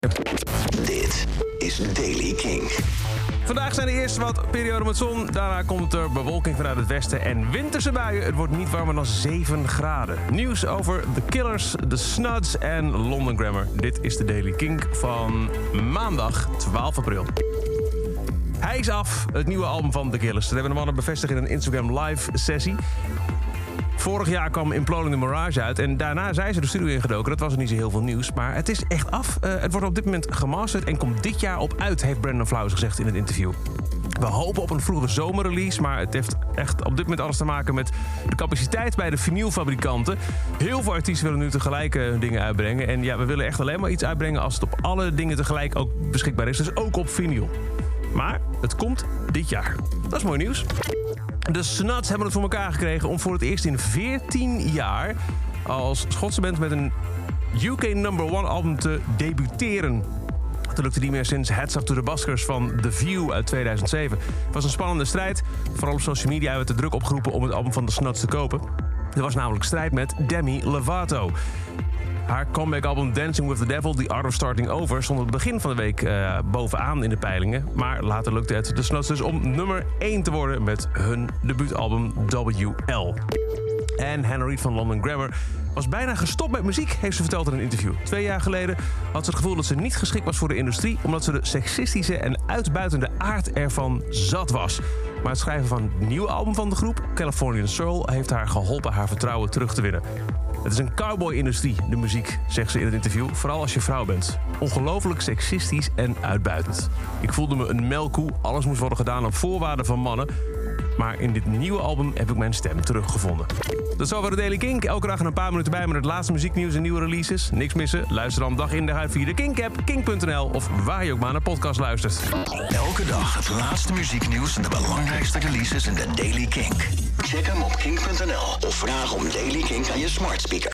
Dit is Daily King. Vandaag zijn er eerst wat perioden met zon. Daarna komt er bewolking vanuit het westen en winterse buien. Het wordt niet warmer dan 7 graden. Nieuws over The Killers, The Snuds en London Grammar. Dit is de Daily King van maandag 12 april. Hij is af, het nieuwe album van The Killers. Dat hebben de mannen bevestigd in een Instagram live sessie. Vorig jaar kwam Imploding the Mirage uit en daarna zijn ze de studio ingedoken. Dat was er niet zo heel veel nieuws, maar het is echt af. Het wordt op dit moment gemasterd en komt dit jaar op uit, heeft Brandon Flowers gezegd in het interview. We hopen op een vroege zomerrelease, maar het heeft echt op dit moment alles te maken met de capaciteit bij de vinylfabrikanten. Heel veel artiesten willen nu tegelijk dingen uitbrengen. En ja, we willen echt alleen maar iets uitbrengen als het op alle dingen tegelijk ook beschikbaar is. Dus ook op vinyl. Maar het komt dit jaar. Dat is mooi nieuws. De Snuds hebben het voor elkaar gekregen om voor het eerst in 14 jaar als Schotse band met een UK number 1 album te debuteren. Dat lukte niet meer sinds Heads Up to the Buskers van The View uit 2007. Het was een spannende strijd. Vooral op social media werd de druk opgeroepen om het album van de Snuds te kopen. Er was namelijk strijd met Demi Lovato. Haar comeback-album Dancing with the Devil, The Art of Starting Over, stond op het begin van de week bovenaan in de peilingen. Maar later lukte het de Snuds dus om nummer 1 te worden met hun debuutalbum WL. En Hannah Reid van London Grammar was bijna gestopt met muziek, heeft ze verteld in een interview. 2 jaar geleden had ze het gevoel dat ze niet geschikt was voor de industrie, omdat ze de seksistische en uitbuitende aard ervan zat was. Maar het schrijven van het nieuwe album van de groep, Californian Soul, heeft haar geholpen haar vertrouwen terug te winnen. Het is een cowboy-industrie, de muziek, zegt ze in het interview. Vooral als je vrouw bent. Ongelooflijk seksistisch en uitbuitend. Ik voelde me een melkkoe, alles moest worden gedaan op voorwaarden van mannen. Maar in dit nieuwe album heb ik mijn stem teruggevonden. Dat is over de Daily Kink. Elke dag een paar minuten bij met het laatste muzieknieuws en nieuwe releases. Niks missen? Luister dan dag in dag uit via de Kink-app, kink.nl of waar je ook maar naar podcast luistert. Elke dag het laatste muzieknieuws en de belangrijkste releases in de Daily King. Check hem op kink.nl of vraag om Daily King aan je smart speaker.